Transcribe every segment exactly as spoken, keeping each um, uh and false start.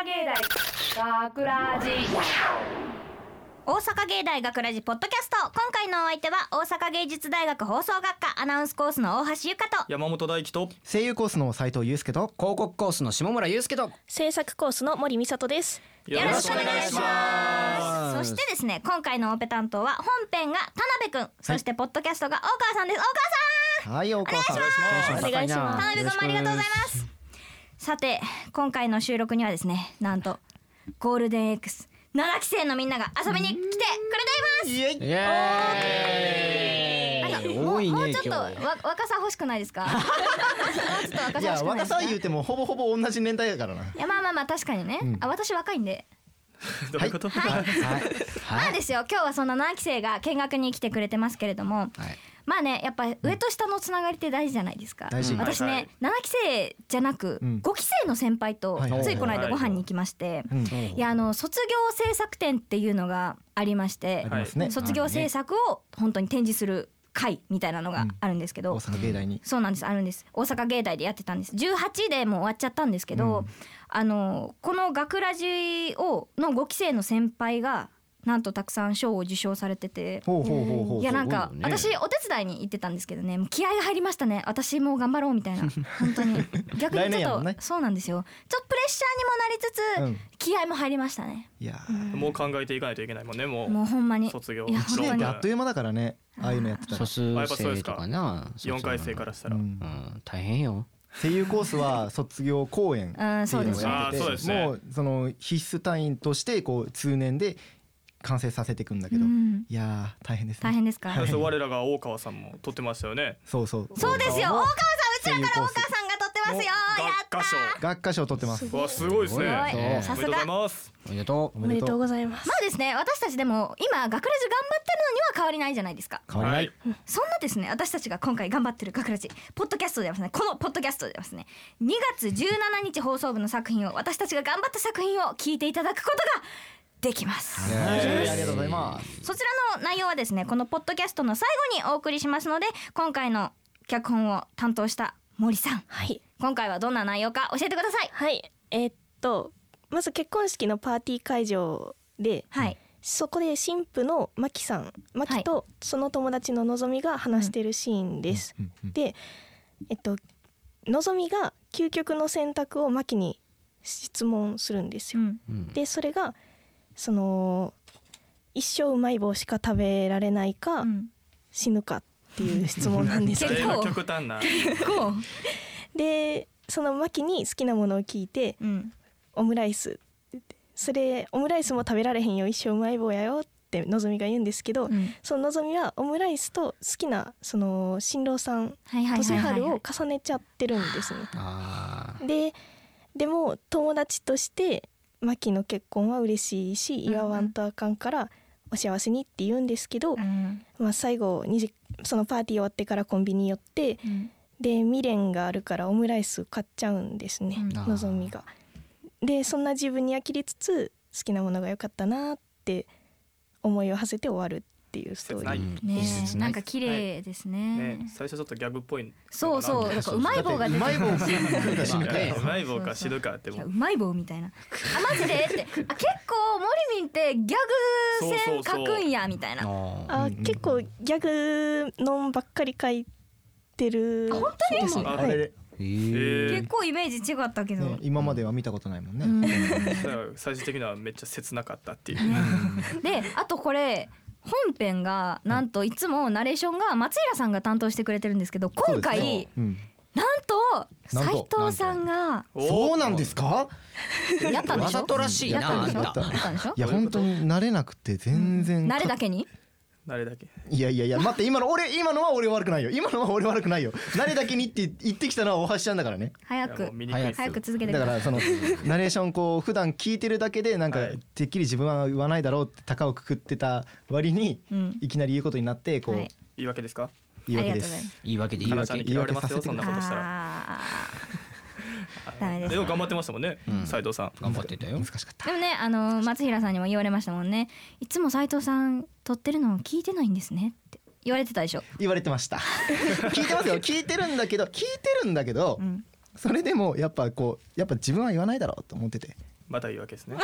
芸大学ラジ大阪芸大学ラジポッドキャスト。今回のお相手は大阪芸術大学放送学科アナウンスコースの大橋ゆかと山本大輝と声優コースの斉藤祐介と広告コースの下村祐介と制作コースの森美里です。 よろしくお願いします。 そしてですね、今回のオペ担当は本編が田辺くん、そしてポッドキャストが大川さんです。大川さん、 はい、大川さんお願いします。 田辺くんもありがとうございます。さて、今回の収録にはですね、なんとゴールデン Xななき生のみんなが遊びに来てくれています。 イエイイエーイ。 もう多いねもうちょっと今わ若さ欲しくないですか？もうちょっと若さ欲しくないですか？ いや、若さ言うてもほぼほぼ同じ年代だからな。 いやまあまあまあ確かにね、 うんあ私若いんでどういうこと？ はい、 はいまあですよ、今日はそんなななき生が見学に来てくれてますけれども、 はいまあね、やっぱ上と下のつながりって大事じゃないですか。 大事私ね、 はいはいななき生じゃなく、 うんごき生の先輩とはいはいついこの間ご飯に行きまして、 うん、 いやあの卒業制作展っていうのがありましてあり、ますね。 卒業制作を本当に展示する会みたいなのがあるんですけど、 大阪芸大に。 そうなんです、あるんです。大阪芸大でやってたんです。じゅうはちでもう終わっちゃったんですけど、 うんあのこの学ラジをのごき生の先輩がなんとたくさん賞を受賞されてて、 ほうほうほうほう。 いやなんかすごいよね私お手伝いに行ってたんですけどね、もう気合が入りましたね。私もう頑張ろうみたいな、本当に逆にちょっと、 来年やもんねそうなんですよ、ちょっとプレッシャーにもなりつつ、 うん気合も入りましたね。 いや、 もう考えていかないといけないもんね。もうもうほんまに卒業いや一年ってあっという間だからね。ああいうのやってたら。 卒生とかなよんかい生からしたら、 うんうん大変よ。 声優コースは卒業公演っていうのをやってうんそうですねて、もうその必須単位としてこう通年で完成させていくんだけど、 うんいやー大変ですね。 大変ですか？ そうそう我らが大川さんも撮ってましたよね。 そうそう。 そうですよ、大川さん、うちらから大川声優コースさんが撮ってますよ。やった学科賞。 学科賞取ってます。 うわすごいですね。 すごいおめでさすがとうございます。 おめでとう。 おめでとうございます。 まあですね、私たちでも今学ラジ頑張ってるのには変わりないじゃないですか。 変わりない。 そんなですね、私たちが今回頑張ってる学ラジポッドキャストではですね、このポッドキャストではですね、にがつじゅうしちにち放送分の作品を、私たちが頑張った作品を聞いていただくことができます。 はいありがとうございます。 そちらの内容はですね、このポッドキャストの最後にお送りしますので、今回の脚本を担当した森さん、 はい今回はどんな内容か教えてください。 はいえーっとまず結婚式のパーティー会場で、 はいそこで新婦のマキさんマキとその友達ののぞみが話しているシーンです。 うんうんでえっとのぞみが究極の選択をマキに質問するんですよ。 うんうんでそれがその一生うまい棒しか食べられないか、 うん死ぬかっていう質問なんですよ。 結構だいぶ極端な。 こでそのマキに好きなものを聞いてう、うんオムライスって言ってそれオムライスも食べられへんよ一生うまい棒やよってのぞみが言うんですけど、 うんそののぞみはオムライスと好きなその新郎さんはいはい年はいはい春を重ねちゃってるんですね。 あででも友達としてマキの結婚は嬉しいしうん祝わんとあかんからお幸せにって言うんですけど、 うんまあ、最後にじそのパーティー終わってからコンビニ寄ってうんで未練があるからオムライス買っちゃうんですね、 うんのぞみが。でそんな自分に呆れつつ好きなものが良かったなって思いを馳せて終わるっていうストーリー。 切ないーねえ、 いいですねなんか綺麗ですね。 ね、最初ちょっとギャグっぽい。 そうそう、なんかうまい棒が出てうまい棒食うか死ぬかねよ。 うまい棒か死ぬかっていやもうまい棒みたいな。あマジでって。あ結構モリミンってギャグ線書くんやみたいな。 ああ結構ギャグのばっかり書いてる。 あ本当にですねあはいあれ、 えー結構イメージ違ったけど。 ね、今までは見たことないもんね。 うんだから最終的にはめっちゃ切なかったっていう。 で、あとこれ本編がなんといつもナレーションが松平さんが担当してくれてるんですけど、今回うん、 なんとなんと斉藤さんがおそうなんですか？ やったんでしょ。 わざとらしいなやったんでしょ。 あんたやったんでしょい。や本当に慣れなくて全然。 慣れだけに。 誰だけ。 いやいやいや待って今の俺今のは俺悪くないよ。今のは俺悪くないよ。慣れだけにって言ってきたのは大橋ちゃんだからね。 早いやもうく見にくいですよ早く続けてください。 だからそのナレーションこう普段聞いてるだけでなんかはいてっきり自分は言わないだろうって高をくくってた割にうんいきなり言うことになってこうはい言い訳ですか？ 言い訳でありがとうございますす。 言い訳で言いかなちゃんに訳嫌われますよそんなことしたら。 あーダメですでも頑張ってましたもんねうん斉藤さん。 頑張ってたよ。 難しかった。 でもね、あの松平さんにも言われましたもんね。いつも斉藤さん撮ってるのを聞いてないんですねって言われてたでしょ。 言われてました聞いてますよ聞いてるんだけど聞いてるんだけど、 うんそれでもやっぱこうやっぱ自分は言わないだろうと思っててまた言うわけですね。だ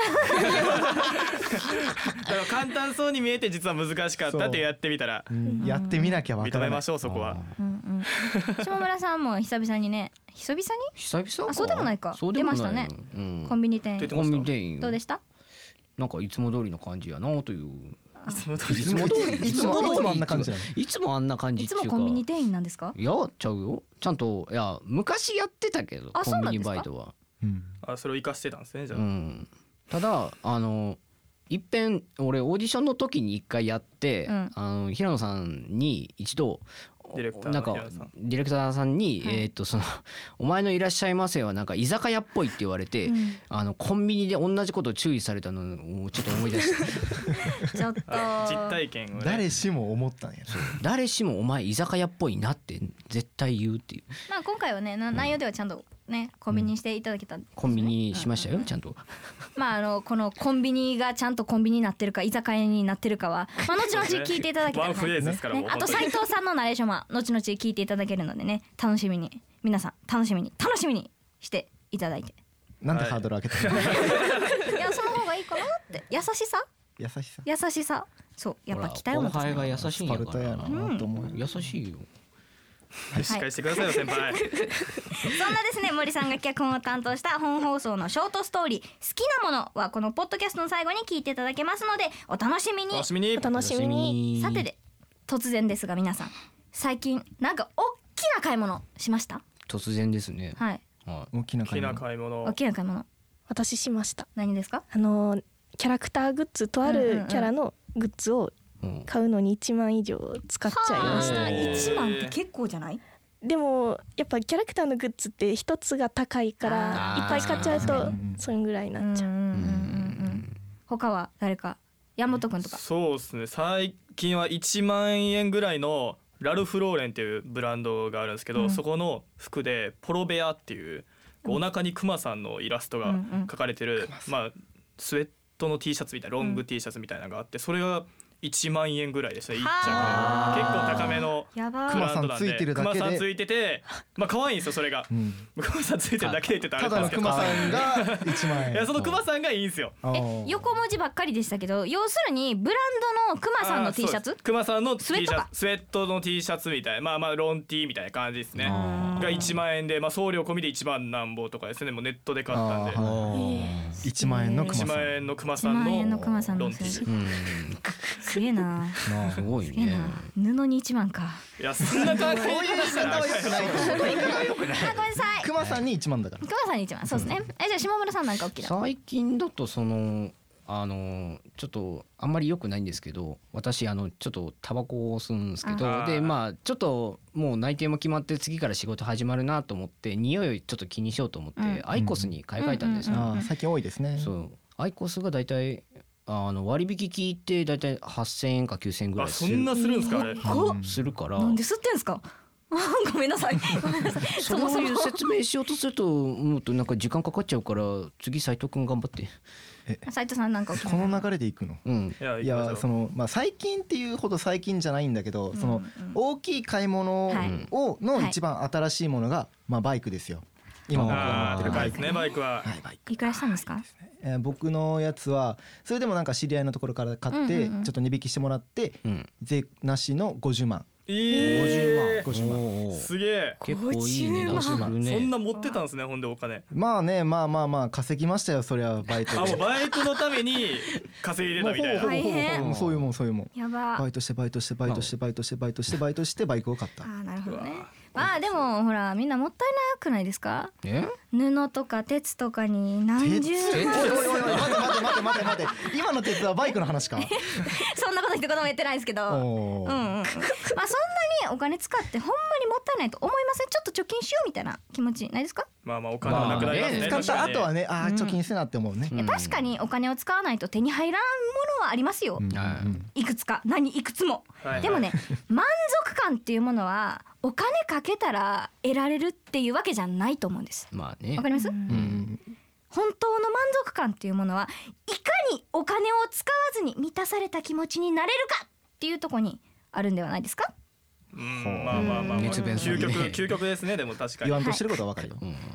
から簡単そうに見えて実は難しかったってやってみたらうんやってみなきゃわからない認めましょう、そこは。 うんうん下村さんも久々にね久々に久々かあそうでもないかそうでもない出ましたねうん、 コンビニ店コン出てましたビニ店員どうでしたなんかいつも通りの感じやなといういつも通りいつも通りいつもいつもあんな感じなのいつもあんな感じいつっていうかもコンビニ店員なんですかいやちゃうよちゃんといや昔やってたけどあコンビニそうなんですかバイトはうんあそれを生かしてたんですねじゃあ、 うんただあのいっぺん俺オーディションの時に一回やって、 うんあの平野さんに一度ディレクターのなんか平野さんディレクターさんに、 はいえーっとそのお前のいらっしゃいませはなんか居酒屋っぽいって言われて、 うんあのコンビニで同じことを注意されたのをちょっと思い出してちょっとあ実体験をね誰しも思ったんやな誰しもお前居酒屋っぽいなって絶対言うっていうまあ今回はねな内容ではちゃんとねコンビニにしていただけたんですねコンビニしましたよちゃんとまああのこのコンビニがちゃんとコンビニになってるか居酒屋になってるかはまあ後々聞いていただけたらワンフレーズですからもうね、あと本当に斉藤さんのナレーションは後々聞いていただけるのでね楽しみに皆さん楽しみに楽しみにしていただいてなんでハードル上げたのいやその方がいいかなって優しさ優しさ優しさそうやっぱ期待をほ持つら後輩が優しいんやかスパルタやらなと思う優しいよしっかりしてくださいよ先輩。 そんなですね森さんが脚本を担当した本放送のショートストーリー好きなものはこのポッドキャストの最後に聞いていただけますのでお楽しみに楽しみにお楽しみに。 さてで突然ですが皆さん最近なんか大きな買い物しました突然ですねはいは大きな大きな買い物買い物大きな買い物私しました。 何ですかあのキャラクターグッズとあうんうんうんるキャラのグッズをいうん買うのにいちまん以上使っちゃいました。 はあいちまんって結構じゃないでもやっぱキャラクターのグッズって一つが高いからあーいっぱい買っちゃうとうんそんぐらいになっちゃう。 うんうんうんうん他は誰か山本くんとかそうですね最近はいちまんえんぐらいのラルフローレンっていうブランドがあるんですけど、 うんそこの服でポロベアっていうお腹にクマさんのイラストが描かれてる、まあスウェットの T シャツみたいなロング T シャツみたいなのがあってそれがいちまんえんぐらいでしたねいっ着は結構高めのやばブランドなんでクマさんついてるだけでクマさんついててまあ可愛いんですよそれがうんクマさんついてるだけで言ってたらあたれなんですけどだのクマさんがいちまん円いやそのクマさんがいいんですよあえー横文字ばっかりでしたけど要するにブランドのクマさんの T シャツクマさんの T シスウェットかャツスウェットの T シャツみたいなまあまあロン T みたいな感じですねあがいちまんえんでまあ送料込みでいちまんなんぼとかですねもうネットで買ったんであーいちまん円のク 1 マさん万円のクマさんいちまん円のクマさんののロン T スウェッうんすげえななあすごいねすげえな布にいちまんかいやそんな感じそういう言い方は良くないと思うあごめんなさいクマさんにいちまんだからクマさんにいちまんそうですねえじゃあ下村さんなんか大きな最近だとそのあのちょっとあんまり良くないんですけど私あのちょっとタバコを吸うんですけどあーでまあちょっともう内定も決まって次から仕事始まるなと思って匂いをちょっと気にしようと思って、 うんアイコスに買い替えたんですよ、 うんあー最近多いですねそうアイコスがだいたいあの割引聞いてだいたいはっせんえんかきゅうせんえんぐらあいするそんなするんですかあれこうんするからなんで吸ってんすかごめんなさいごめんなさいそもそもそういう説明しようとするともっとなんか時間かかっちゃうから次斉藤くん頑張って斉藤さんなんか大きなこの流れでいくのうんいやいやそのまあ最近っていうほど最近じゃないんだけどそのうんうん大きい買い物はいをの一番新しいものがまあバイクですよ今僕が乗ってるバイクバイクねバイクははいバイクいくらしたんですかえー僕のやつはそれでもなんか知り合いのところから買ってうんうんうんちょっと値引きしてもらってうん税なしのごじゅうまんえごじゅうまんおーすげえ結構いい値段するねそんな持ってたんですねほんでお金まあねまあまあまあ稼ぎましたよそりゃバイトであもうバイトのために稼いでたみたいなもうほぼほぼほぼ大変ほぼそういうもんそういうもんやばバイトしてバイトしてバイトしてバイトしてバイトしてバイトしてバイクを買ったあーなるほどねうわまあでもほらみんなもったいなくないですかえ布とか鉄とかに何十鉄おい万おいおいおい待て待て待て待て待て今の鉄はバイクの話かそんなこと一言も言ってないですけどうんおーうんうんまあそんなにお金使ってほんまにもったいないと思いませんちょっと貯金しようみたいな気持ちないですかまあまあお金はなくなりますねまあね使った後はねねあー貯金せなって思うねいや確かにお金を使わないと手に入らんものはありますよ、 うんはいうんいくつか何いくつも、 はいでもね満足感っていうものはお金かけたら得られるっていうわけじゃないと思うんですまあねわかります、 うん本当の満足感っていうものはいかにお金を使わずに満たされた気持ちになれるかっていうところにあるんではないですかうんまあまあまあまあ熱弁するね究極究極ですねでも確かに言わんとしてることはわかるようん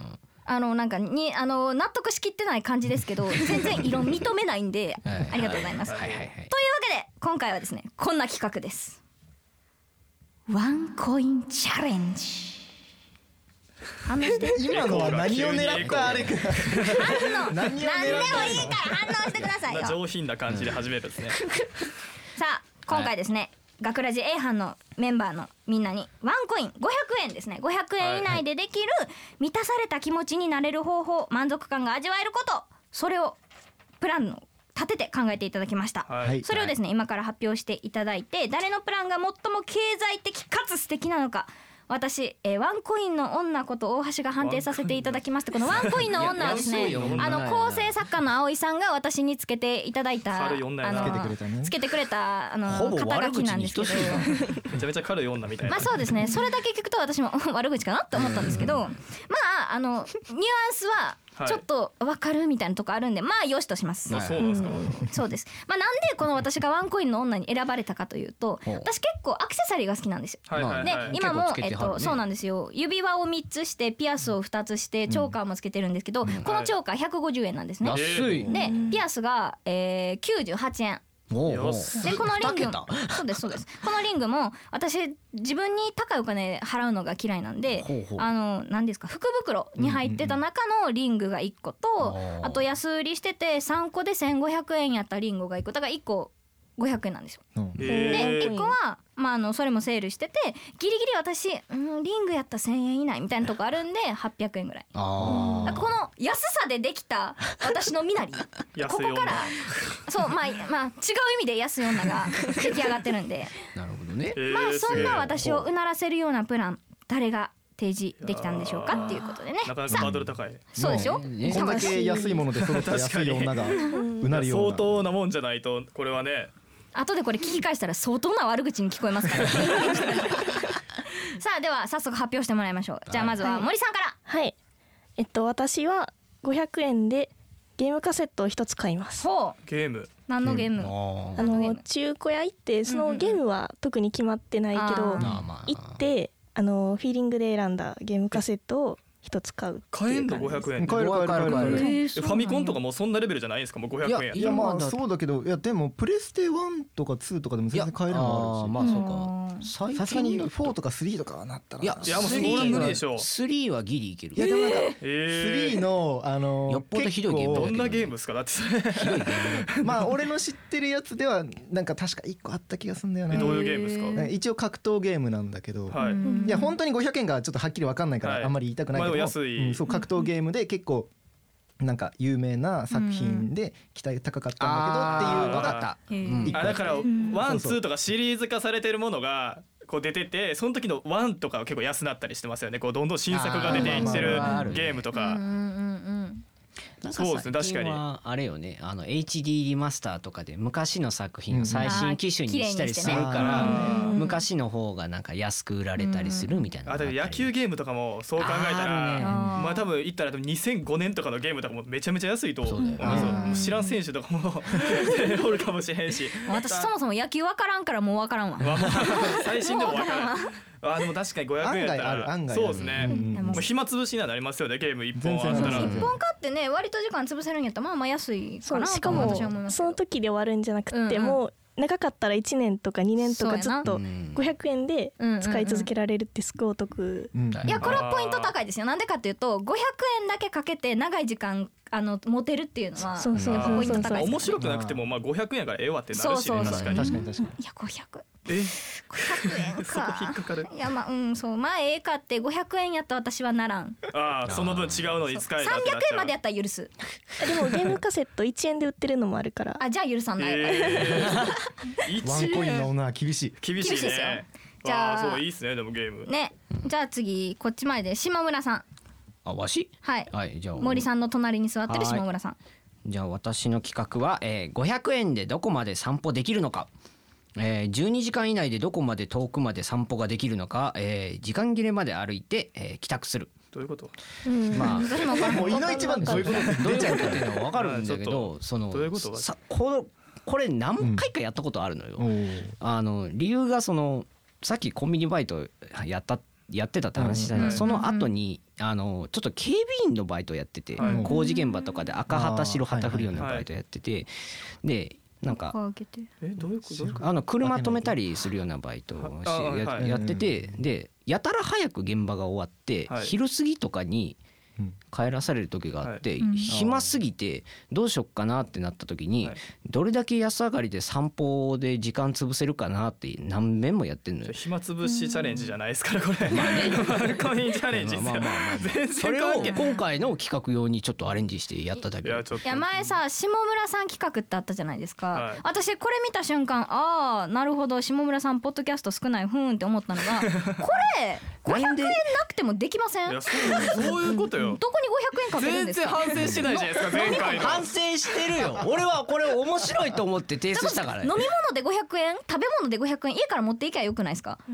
あのなんかにあの納得しきってない感じですけど全然異論認めないんでありがとうございます。 はいはいはい。 というわけで今回はですねこんな企画です。ワンコインチャレンジ。反応して今のは何を狙ったあれか反応何を狙った何でもいいから反応してくださいよ。 上品な感じで始めるですね。 さあ今回ですね、学ラジ A 班のメンバーのみんなにワンコインごひゃくえんですねごひゃくえん以内でできる満たされた気持ちになれる方法、満足感が味わえること、それをプランを立てて考えていただきました、 はい、 それをですね今から発表していただいて、誰のプランが最も経済的かつ素敵なのか私、えー、ワンコインの女こと大橋が判定させていただきます。このワンコインの女はですねあの構成作家の葵さんが私につけていただいたあのつけてくれたねつけてくれたあのほぼ肩書きなんですけどめちゃめちゃ軽い女みたいな。 まあそうですね、それだけ聞くと私も悪口かなって思ったんですけどまああのニュアンスはちょっと分かるみたいなとこあるんで、まあよしとします。 あ、そうなんですか。 そうです。まあなんでこの私がワンコインの女に選ばれたかというと、 ほう私結構アクセサリーが好きなんですよ。 はいはいはい。 で今も結構つけてはるねえっとそうなんですよ。指輪をみっつしてピアスをふたつしてチョーカーもつけてるんですけど、このチョーカーひゃくごじゅうえんなんですね。 安い。 でピアスが、えー、きゅうじゅうはちえん。 おうおうよしでこのリング二桁そうですそうです。このリングも私自分に高いお金払うのが嫌いなんで、 ほうほうあの何ですか福袋に入ってた中のリングがいっこと、 うんうんあと安売りしててさんこでせんごひゃくえんやったリンゴがいっこだからいっこごひゃくえんなんですよ。 うんえでいっこはまああのそれもセールしててギリギリ私、うん、リングやったらせんえん以内みたいなとこあるんではっぴゃくえんぐらい。 あだからこの安さでできた私の身なり安い女ここからそうまあまあ違う意味で安い女が出来上がってるんであ、なるほどね。 えーまあそんなす私をうならせるようなプラン誰が提示できたんでしょうかっていうことでね。 げえなかなかハードル高い。 そうでしょ、 ねこんだけ安いもので揃った安い女がうなるよう相な当なもんじゃないとこれはね。 後でこれ聞き返したら相当な悪口に聞こえますからさあでは早速発表してもらいましょう。じゃあまずは森さんから。 はい。えっと私はごひゃくえんでゲームカセットを一つ買います。 ほうゲーム。 何のゲーム、 ああのゲームの中古屋行ってそのゲームは特に決まってないけど、 うんまあまあ行ってあのフィーリングで選んだゲームカセットを一つ買うって買えいうん感じです。 のごひゃくえん。 買える買える買える買えるえーえファミコンとかももそんなレベルじゃないんですか。もうごひゃくえんやったら。 いやまあ今だそうだけどいやでもプレステワンとかツーとかでも全然買えるのもあるしまあそうか。最近さすがにフォーとかスリーとかはなったらいやいやもうそれスリーは無理でしょう。 スリーはギリいける。 いやでもなんかえスリーのあのよっぽどひどいゲームだどけんなゲームですか。だってそれひどいゲームまあ俺の知ってるやつではなんか確かいっこあった気がするんだよなえどういうゲームですか。 なんか一応格闘ゲームなんだけど、 はい。 いや本当にごひゃくえんがちょっとはっきり分かんないかはいらあんまり言いたくないけども、 まあ安いうんそう格闘ゲームで結構なんか有名な作品で期待高かったんだけどっていうのがわかった。 へーあだからワンそうそうツーとかシリーズ化されてるものがこう出ててその時のワンとかは結構安なったりしてますよね。こうどんどん新作が出ていってるあーまあまああるねゲームとか。 うんうんうんなんかそうですね確かに最近はあれよね、あの エイチディー リマスターとかで昔の作品を最新機種にしたりするから、 うん昔の方がなんか安く売られたりするみたいなのあだがあったり。 から野球ゲームとかもそう考えたら、 あるねまあ多分言ったらにせんごねんとかのゲームとかもめちゃめちゃ安いと思そううだよんですよ。 うんもう知らん選手とかもおるかもしれんし。 うん私そもそも野球わからんからもうわからんわ。 まあ最新でも分からん。あでも確かにごひゃくえんやったら案外ある案外あるそうですね。 うんうんもう暇つぶしにはなりますよねゲームいっぽんあったら全然全。然一本買ってね割と時間潰せるんやったらまあまあ安いかなそうしかもと私は思いますけどその時で終わるんじゃなくって、 うんうんもう長かったらいちねんとかにねんとかずっそうとうんごひゃくえんで使い続けられるってすごいお得。 うんいやこれはポイント高いですよ。なんでかっていうとごひゃくえんだけかけて長い時間あの持てるっていうのはそうそうそうそうやっぱポイント高いですからね面白くなくてもまあごひゃくえんやからええわってなるしそうそうそうね確かに。 確かに確かにいやごひゃくえごひゃくえんそこ引っかかかる。 いやまあうんそうまあええかってごひゃくえんやったら私はならん。 ああその分違うのに使えたってなっ 300 ちゃう。 円までやったら許す。 でもゲームカセットいちえんで売ってるのもあるからあじゃあ許さんない。 えー、 ワンコインの女は厳しい厳しい厳しいですよね。 じゃあわそういいっすねでもゲーム。 ねじゃあ次こっち前で島村さん。 あ、わし？ はいはい、じゃあ森さんの隣に座ってる島村さん。 じゃあ私の企画は、えー、ごひゃくえんでどこまで散歩できるのか、えー、じゅうにじかん以内でどこまで遠くまで散歩ができるのか、えー、時間切れまで歩いて、えー、帰宅する。 どういうこと？ まあ私も分かんないもういの一番どういうことってどういう出ちゃうからことっていうのは分かるんだけちょど、そのどういうことさこのこれ何回かやったことあるのよ。 おーあの理由がそのさっきコンビニバイトやったやってたって話したじゃん、 うんその後にあのちょっと警備員のバイトやってて、 はい、 工事現場とかで赤旗白旗振るようなバイトやってて、でなんかえどういうことあの車止めたりするようなバイトをし や, はい、 やってて、でやたら早く現場が終わって、はい、昼過ぎとかに帰らされる時があって、はい、暇すぎてどうしよっかなってなった時に、はい、どれだけ安上がりで散歩で時間潰せるかなって何遍もやってんのよ。 暇つぶしチャレンジじゃないですからこれ。まあね、バルコニーチャレンジですよ。全然それを今回の企画用にちょっとアレンジしてやっただけ。いや、 いや前さ下村さん企画ってあったじゃないですか、はい、私これ見た瞬間ああなるほど下村さんポッドキャスト少ないふーんって思ったのがこれごひゃくえんなくてもできません？ いやそうそういうことよ。 どこにごひゃくえんかけるんですか？ 全然反省してないじゃないですか前回の。 反省してるよ。俺はこれ面白いと思って提出したから、ね、 飲み物でごひゃくえん食べ物でごひゃくえん家から持っていけばよくないですか？うん、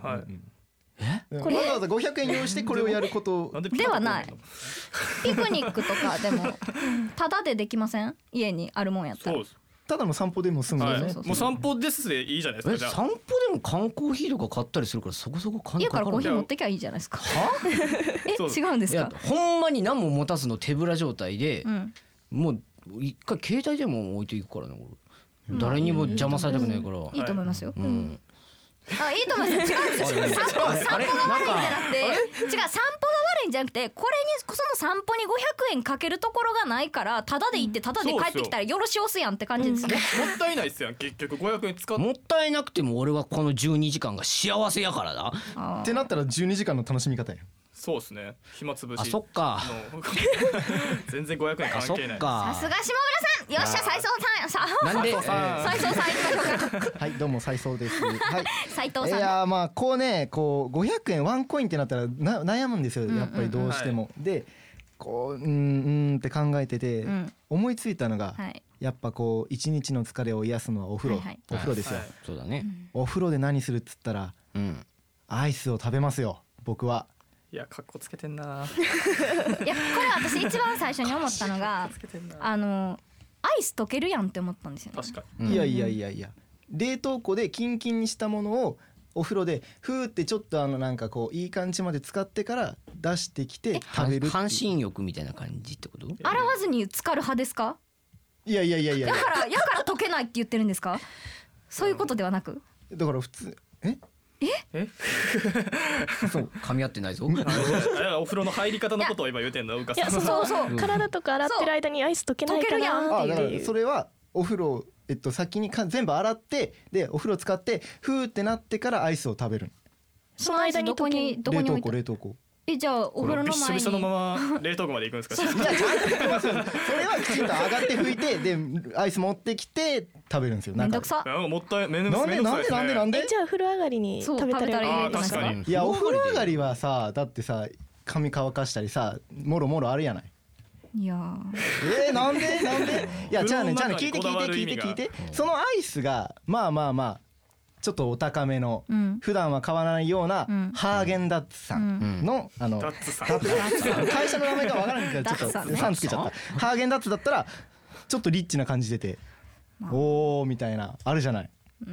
はい。 えこれわざわざごひゃくえん用意してこれをやることではない。ピクニックとかでもタダでできません？家にあるもんやったら。そうです。 ただの散歩でも済むよね、 はい、もう散歩ですでいいじゃないですか。じゃあ散歩でも缶コーヒーとか買ったりするからそこそこ金家かかからる。 コーヒー持ってきゃいいじゃないですか。はえ違うんですか？ ほんまに何も持たずの手ぶら状態で、うん、もう一回携帯でも置いていくからね俺、うん、誰にも邪魔されたくないから、うん、 いいと思いますよ、 うん、 あいいと思います。違うんですよ。散歩散歩が悪いんじゃなくて違う散歩が悪いんじゃなくてこれにその散歩にごひゃくえんかけるところがないからタダで行ってタダで帰ってきたらよろしおすやんって感じですね。 もったいないっすやん結局ごひゃくえん使ってもったいなくても俺はこのじゅうにじかんが幸せやからだってなったらじゅうにじかんの楽しみ方や。 そうですね。暇つぶし。 あそっか。 全然ごひゃくえん関係ない。 さすが下村さん。よっしゃ斉藤さん。 なんで斉藤さん行きましょうか。 はいどうも斉藤です。はい。 斉藤さん。 いやまあこうねこうごひゃくえんワンコインってなったらな悩むんですよやっぱりどうしても。でこううんうんって考えてて思いついたのがやっぱこう一日の疲れを癒すのはお風呂お風呂ですよ。 そうだね。 お風呂で何するっつったらアイスを食べますよ僕は。 いやカッコつけてんな。いやこれ私一番最初に思ったのがあのアイス溶けるやんって思ったんですよね。 確かに。いやいやいやいや冷凍庫でキンキンにしたものをお風呂でふーってちょっとあのなんかこういい感じまで使ってから出してきて食べる。 半身浴みたいな感じってこと？ 洗わずに浸かる派ですか？ いやいやいやいや。 だからやから溶けないって言ってるんですか？そういうことではなく。 だから普通え？ ええそう噛み合ってないぞ。 お風呂の入り方のことを今言うてんのうかさん。 いやそうそうそう体とか洗ってる間にアイス溶けないかなっていう。 あだからそれはお風呂えっと先にか全部洗ってでお風呂使ってふーってなってからアイスを食べる。 その間にどこにどこに置いて？ 冷凍庫。 えじゃあお風呂の前にびっしょびしょのまま冷凍庫まで行くんですか？ いやちゃんとそれはきちんと上がって拭いてでアイス持ってきて食べるんですよ。 めんどくさ。 もったいめんどくさなんでなんでなんでなんで？ えじゃあ風呂上がりに食べたらいいんですか？ いやお風呂上がりはさだってさ髪乾かしたりさもろもろあるやない。 いやえー、なんでなんでいやじゃあねじゃあね聞いて聞いて聞いて聞いてそのアイスがまあまあまあちょっとお高めの、うん、普段は買わないような、うん、ハーゲンダッツさんの、うん、あのダッツさん会社の名前がわからないけどちょっとさんつけちゃった。ハーゲンダッツだったらちょっとリッチな感じ出て、まあ、おーみたいなあるじゃない。 うん、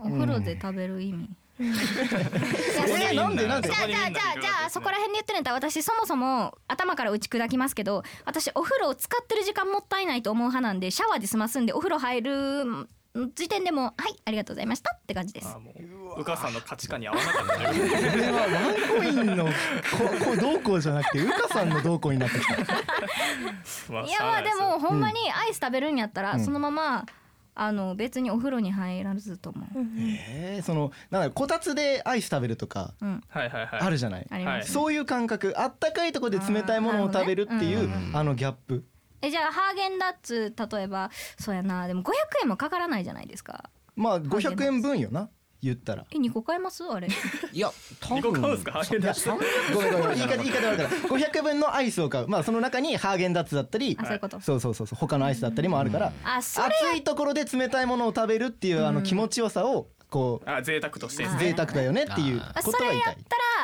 お風呂で食べる意味。 えー、なんでなんで？ じゃあじゃあじゃあじゃあそこら辺で言ってるんだったら私そもそも頭から打ち砕きますけど私お風呂を使ってる時間もったいないと思う派なんでシャワーで済ますんでお風呂入る時点でもはいありがとうございましたって感じです。 あもううかさんの価値観に合わなかったね。これはワンコインのここどうこうじゃなくてうかさんのどうこうになってきた。 まあ、いやまあでもほんまにアイス食べるんやったら、うん、そのままあの別にお風呂に入らずとも、うん、 えー、そのなんかこたつでアイス食べるとか、うん、あるじゃない、はい、そういう感覚あったかいところで冷たいものを食べるっていう あ,、ねうん、あのギャップ。 えじゃあハーゲンダッツ例えばそうやなでもごひゃくえんもかからないじゃないですか。 まあごひゃくえん分よな言ったら。 えにこ買えますあれ？ いや多分にこ買うんですかハーゲンダッツ。 ごめんごめん言い方言い方悪いからごひゃくえんぶんのアイスを買う。まあその中にハーゲンダッツだったりあそういうこと。 そうそうそうそう他のアイスだったりもあるから、うん、あそれ暑いところで冷たいものを食べるっていうあの気持ちよさをこうあ贅沢として贅沢だよねっていうことは言いたい。 それやったら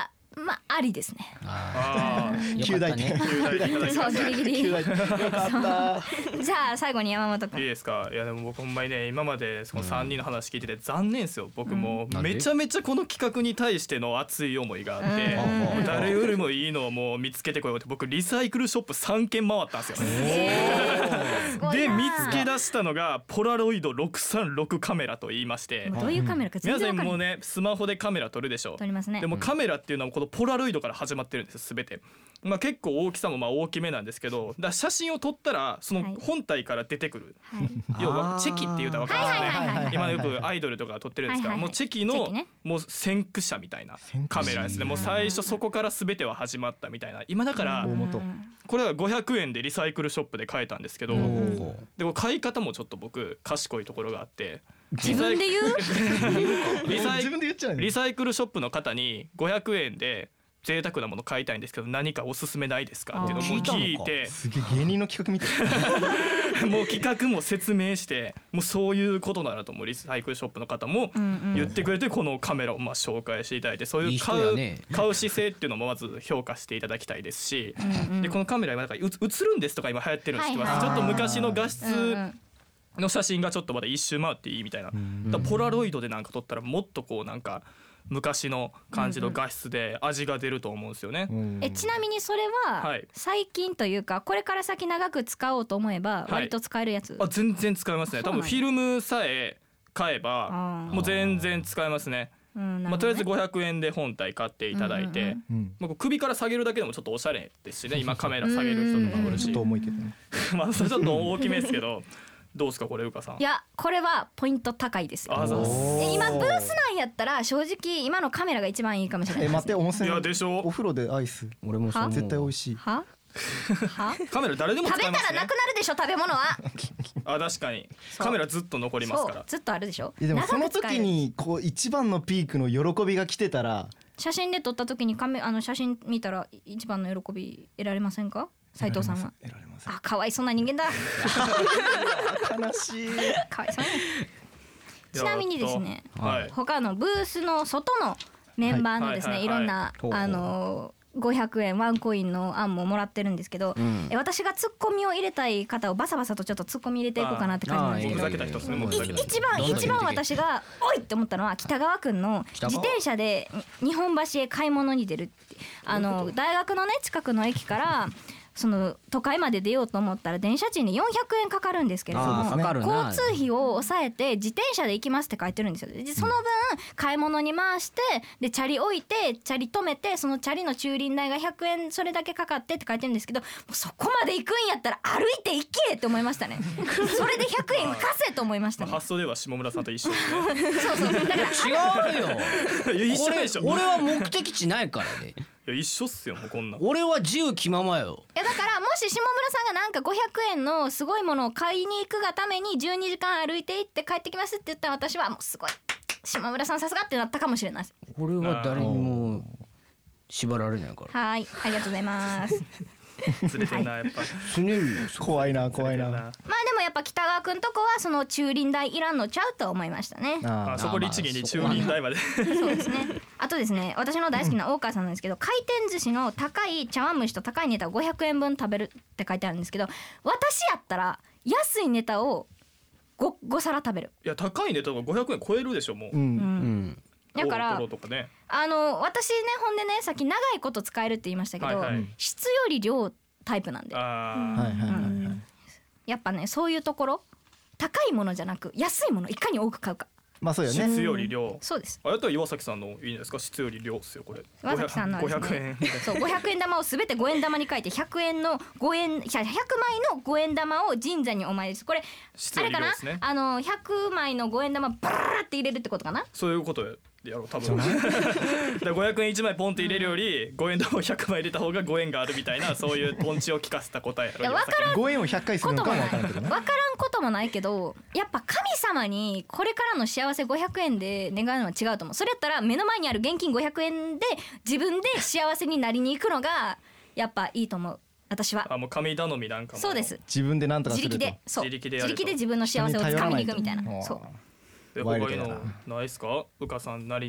まあありですね。 あー旧大点旧大点そうギリギリ旧大点よかったじゃあ最後に山本いい君。 ですか。いやでも僕ほんまにね今までそのさんにんの話聞いてて残念ですよ。僕もうんめちゃめちゃこの企画に対しての熱い思いがあってうん、 誰よりもいいのをもう見つけてこようって僕リサイクルショップさんけん回ったんですよ。 すごいなで見つけ出したのがポラロイドろくさんろくカメラと言いまして、 もうどういうカメラか全皆さ然わかんない。 んもうねスマホでカメラ撮るでしょ。 撮りますね。 でもカメラっていうのはこのポラロイドから始まってるんですよすべて。まあ結構大きさもまあ大きめなんですけど、だから写真を撮ったらその本体から出てくる、 はい要はチェキっていうと分かりますはいはいはいはいよね。今よくアイドルとか撮ってるんですから、 はいはいはいもうチェキチェのキねもう先駆者みたいなカメラですね。もう最初そこから全ては始まったみたいな。今だから大元これはごひゃくえんでリサイクルショップで買えたんですけど、 うんでも買い方もちょっと僕賢いところがあって、 自分で言うリサイ自分で言っちゃうねリサイクルショップの方にごひゃくえんで贅沢なもの買いたいんですけど何かおすすめないですかっていうのを聞いて、 すげえ芸人の企画みたいもう企画も説明してもうそういうことならともリサイクルショップの方も言ってくれてこのカメラをまあ紹介していただいて、そういう買ういい人やね買う姿勢っていうのもまず評価していただきたいですし、でこのカメラ今なんかう映るんですとか今流行ってるんですけど、 はいはいちょっと昔の画質うんうんの写真がちょっとまだ一周回っていいみたいな、だからポラロイドでなんか撮ったらもっとこうなんか昔の感じの画質で味が出ると思うんですよね。 えちなみにそれははい最近というかこれから先長く使おうと思えば割と使えるやつ。 あ全然使えますね。多分フィルムさえ買えばあーもう全然使えますね。 うんなまあ、とりあえずるほどねごひゃくえんで本体買っていただいて、 うんうんうんまあ、首から下げるだけでもちょっとおしゃれですしね。今カメラ下げる人とかおるしちょっと重いけどねまあそれちょっと大きめですけどどうですかこれうかさん。 いやこれはポイント高いですよ。 あそうえ今ブース内やったら正直今のカメラが一番いいかもしれないえです。 待って温泉いやでしょお風呂でアイス俺もそう思う絶対美味しいははカメラ誰でも食べた使えますね。 らなくなるでしょ食べ物は。 あ確かにそうカメラずっと残りますから。 そうずっとあるでしょ。 いやでもその時長く使えるにこう一番のピークの喜びが来てたら写真で撮った時にカメあの写真見たら一番の喜び得られませんか斉藤さんは。 得られますあかわいそうな人間だ悲しいかわいそうに。ちなみにですねはい他のブースの外のメンバーのですね、 はいいろんなほうほうあのごひゃくえんワンコインの案ももらってるんですけど、 んえ私がツッコミを入れたい方をバサバサとちょっとツッコミ入れていこうかなって感じなんですけど、 もうふざけた人ですね。もうふざけた人。 一番一番私がおいって思ったのは北川くんの北川自転車で日本橋へ買い物に出るってあの大学のね近くの駅からその都会まで出ようと思ったら電車賃によんひゃくえんかかるんですけれども、 あーかかるな交通費を抑えて自転車で行きますって書いてるんですよ。でその分買い物に回してでチャリ置いてチャリ止めてそのチャリの駐輪代がひゃくえんそれだけかかってって書いてるんですけど、もうそこまで行くんやったら歩いて行けって思いましたねそれでひゃくえん浮かせと思いましたね。 発想では下村さんと一緒ですね。 そうそうだから違うよいや一緒でしょ。 俺俺は目的地ないからね。 いや一緒っすよもうこんなん。 俺は自由気ままよ。 いやだからもし下村さんがなんかごひゃくえんのすごいものを買いに行くがためにじゅうにじかん歩いて行って帰ってきますって言ったら私はもうすごい下村さんさすがってなったかもしれないです。 俺は誰にも縛られないから。 はいありがとうございますずれてんなやっぱ。 すねるよ。 怖いな怖いなまあでもやっぱ北川くんとこはその駐輪代いらんのちゃうと思いましたね。 あそこ律儀に駐輪代まで。 そうですね。あとですね私の大好きな大川さんなんですけど、回転寿司の高い茶碗蒸しと高いネタをごひゃくえんぶん食べるって書いてあるんですけど、私やったら安いネタを 5, 5皿食べる。 いや高いねとかごひゃくえん超えるでしょもう。 うんうん。 だから大トロとかね。 あの私ねほんでねさっき長いこと使えるって言いましたけど、 はいはい質より量タイプなんであはいはいはいはいやっぱねそういうところ高いものじゃなく安いものいかに多く買うか。 あ。 まあそうよね質より量。 そうです。 あやったら岩崎さんのいいんじゃないですか。質より量っすよこれ。 岩崎さんのはごひですゃくえん。 ねそうごひゃくえん玉をすべてごえん玉に変えてひゃくえんのごえんひゃくまいのごえん玉を神社にお参りです。これ質あれかな、 より量ですね。 あのひゃくまいのごえん玉バーって入れるってことかな。 そういうことやろう多分。だからごひゃくえんいちまいポンって入れるよりごえん玉をひゃくまい入れた方がごえんがあるみたいなそういうポンチを聞かせた答えやろ。 いやわからんごえんをひゃっかいするのかもわからんけどねわからんこともないけどやっぱ神様にこれからの幸せごひゃくえんで願うのは違うと思う。それやったら目の前にある現金ごひゃくえんで自分で幸せになりに行くのがやっぱいいと思う私は。 あもう神頼みなんかも。 そうです。 自分で何とか自すると力でそう自力でやると自力で自分の幸せをつかみに行くみたいな。そうでワイルドや他にのないっすか。うかさんなりに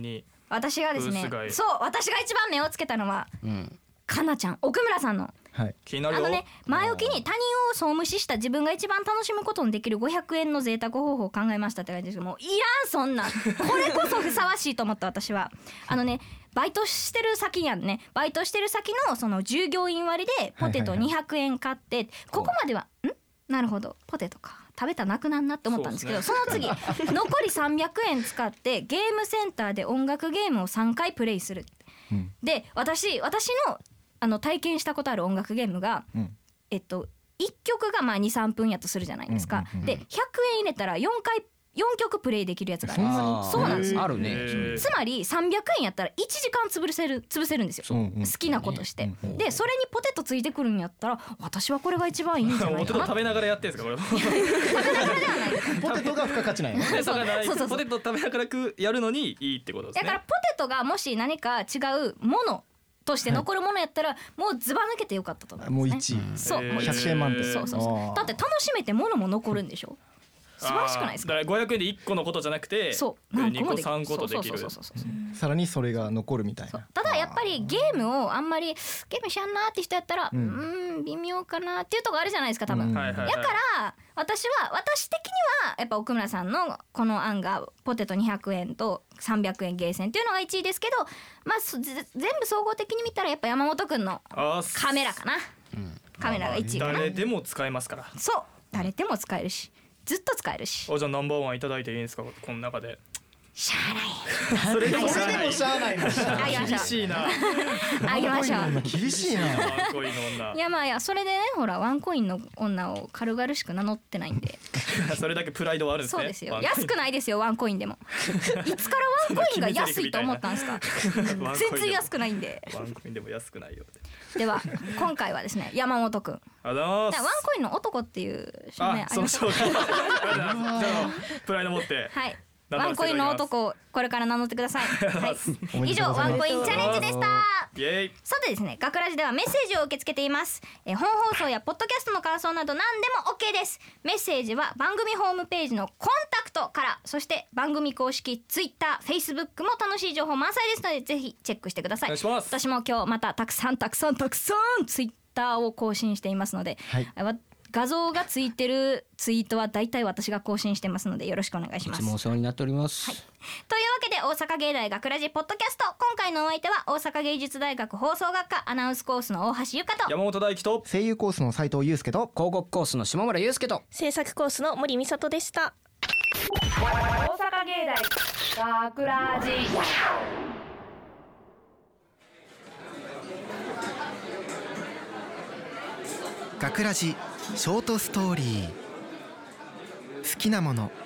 私がですねそう私が一番目をつけたのは、うん、かなちゃん奥村さんの、 はい、気になるよ。 あのね前置きに他人を総無視した自分が一番楽しむことのできるごひゃくえんの贅沢方法を考えましたって感じですけども、いらんそんなこれこそふさわしいと思った私はあのねバイトしてる先やんねバイトしてる先のその従業員割でポテトにひゃくえん買って、はいはいはい、ここまではんなるほどポテトか食べたらなくなんなって思ったんですけど そ,、ね、その次残りさんびゃくえん使ってゲームセンターで音楽ゲームをさんかいプレイする、うん、で私私のあの体験したことある音楽ゲームが、うん、えっといっきょくがまあ にさんぷんやとするじゃないですか、うんうんうん、でひゃくえん入れたらよんかいよんきょくプレイできるやつがあるんです。そうなんですよ。 あるね。 つまりさんびゃくえんやったらいちじかん潰せる潰せるんですよ。好きなことして。でそれにポテトついてくるんやったら私はこれが一番いいんじゃないかな。 ポテト食べながらやってるんですかこれ。 食べながらではない。 ポテトが付加価値ない。 ポテトがないポテト食べながらやるのにいいってことですね。 だからポテトがもし何か違うものとして残るものやったら、はい、もうずば抜けてよかったと思いますね。 もういちい。 そう。もうひゃくえん満点。 そうそうそう。だって楽しめてものも残るんでしょ。素晴らしくないですか。 だからごひゃくえんでいっこのことじゃなくてそうにこさんことできる。 さらにそれが残るみたいな。 ただやっぱりゲームをあんまりゲームしやんなって人やったらうーん微妙かなっていうとこあるじゃないですか多分、うん、やから私は私的にはやっぱ奥村さんのこの案がポテトにひゃくえんとさんびゃくえんゲーセンっていうのがいちいですけど、まあ全部総合的に見たらやっぱ山本くんのカメラかな、うん、カメラがいちいかな。 誰でも使えますから。 そう誰でも使えるしずっと使えるし。 おじゃあナンバーワンいただいていいんですかこの中で。 しゃあないそれでもしゃあないの。 厳しいな。 あげましょう。 厳しいな。 ワンコインの女。 いやまあいやそれでねほらワンコインの女を軽々しく名乗ってないんで。 それだけプライドはあるんですね。 そうですよ。安くないですよワンコインでも。いつからワンコインが安いと思ったんですか。全然安くないんで。 ワンコインでも安くないよ。 では今回はですね山本くん。 ありがとうございます。 ワンコインの男っていう証明ありますか。 そうそう。じゃあプライド持って。 はい。ワンコインの男をこれから名乗ってください。はい、以上ワンコインチャレンジでした。 イエーイ。 さてですね、学ラジではメッセージを受け付けています。え本放送やポッドキャストの感想など何でも OK です。メッセージは番組ホームページのコンタクトから、そして番組公式 Twitter、Facebook も楽しい情報満載ですのでぜひチェックしてください。 お願いします。 私も今日またたくさんたくさんたくさん Twitter を更新していますので、はい、画像がついてるツイートはだいたい私が更新してますのでよろしくお願いします。 いつもお世話になっております、 はい、というわけで大阪芸大学ラジポッドキャスト、今回のお相手は大阪芸術大学放送学科アナウンスコースの大橋ゆかと山本大輝と声優コースの斉藤祐介と広告コースの下村祐介と制作コースの森美里でした。 大阪芸大学ラジ学ラジショートストーリー。好きなもの。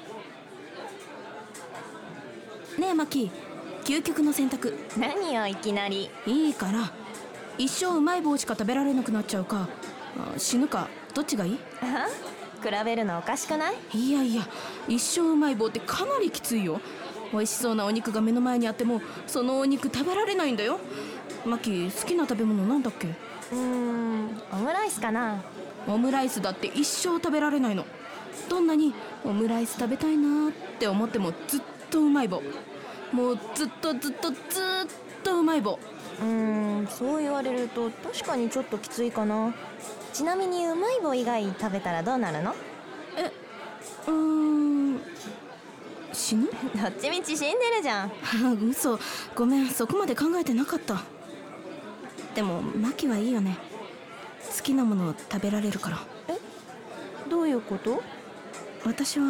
ねえマキ、究極の選択。 何よいきなり。 いいから一生うまい棒しか食べられなくなっちゃうか死ぬかどっちがいい？ あ比べるのおかしくない？ いやいや一生うまい棒ってかなりきついよ。美味しそうなお肉が目の前にあってもそのお肉食べられないんだよ。マキ好きな食べ物なんだっけ？ うーんオムライスかな。 オムライスだって一生食べられないの。どんなにオムライス食べたいなって思ってもずっとうまい棒。もうずっとずっとずっとうまい棒。 うーんそう言われると確かにちょっときついかな。ちなみにうまい棒以外食べたらどうなるの？ えうーん死ぬ？ どっちみち死んでるじゃん。 嘘ごめんそこまで考えてなかった。でもマキはいいよね。好きなものを食べられるから。 えどういうこと？ 私は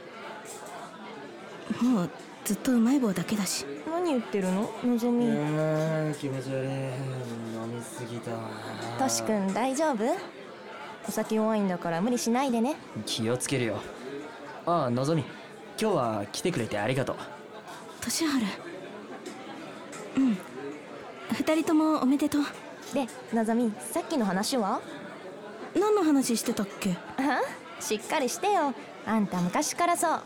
もうずっとうまい棒だけだし。 何言ってるののぞみ。 うーん気持ち悪い。飲みすぎた。 としくん大丈夫？お酒弱いんだから無理しないでね。 気をつけるよ。ああのぞみ今日は来てくれてありがとう。 年春うん二人ともおめでとう。 でのぞみさっきの話は？ 何の話してたっけ？ あしっかりしてよ。あんた昔からそう。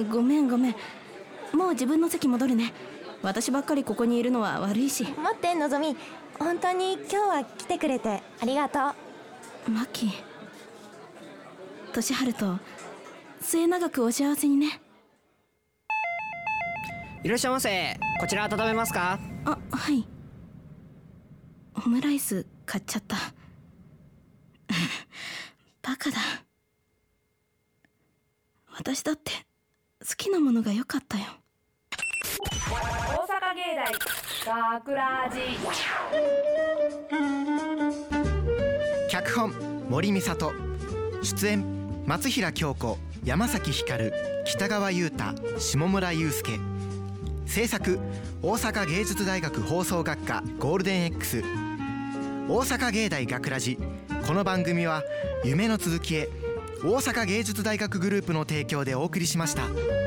ごめんごめん。もう自分の席戻るね。私ばっかりここにいるのは悪いし。 待ってのぞみ本当に今日は来てくれてありがとう。 マキ年春と末永くお幸せにね。 いらっしゃいませ。こちら温めますか？ あ、はい。オムライス買っちゃったバカだ。私だって好きなものが良かったよ。 大阪芸大学ラジ。 脚本森美里、出演松平京子、山崎光、北川優太、下村雄介。制作大阪芸術大学放送学科ゴールデン X、 大阪芸大学ラジ。この番組は夢の続きへ大阪芸術大学グループの提供でお送りしました。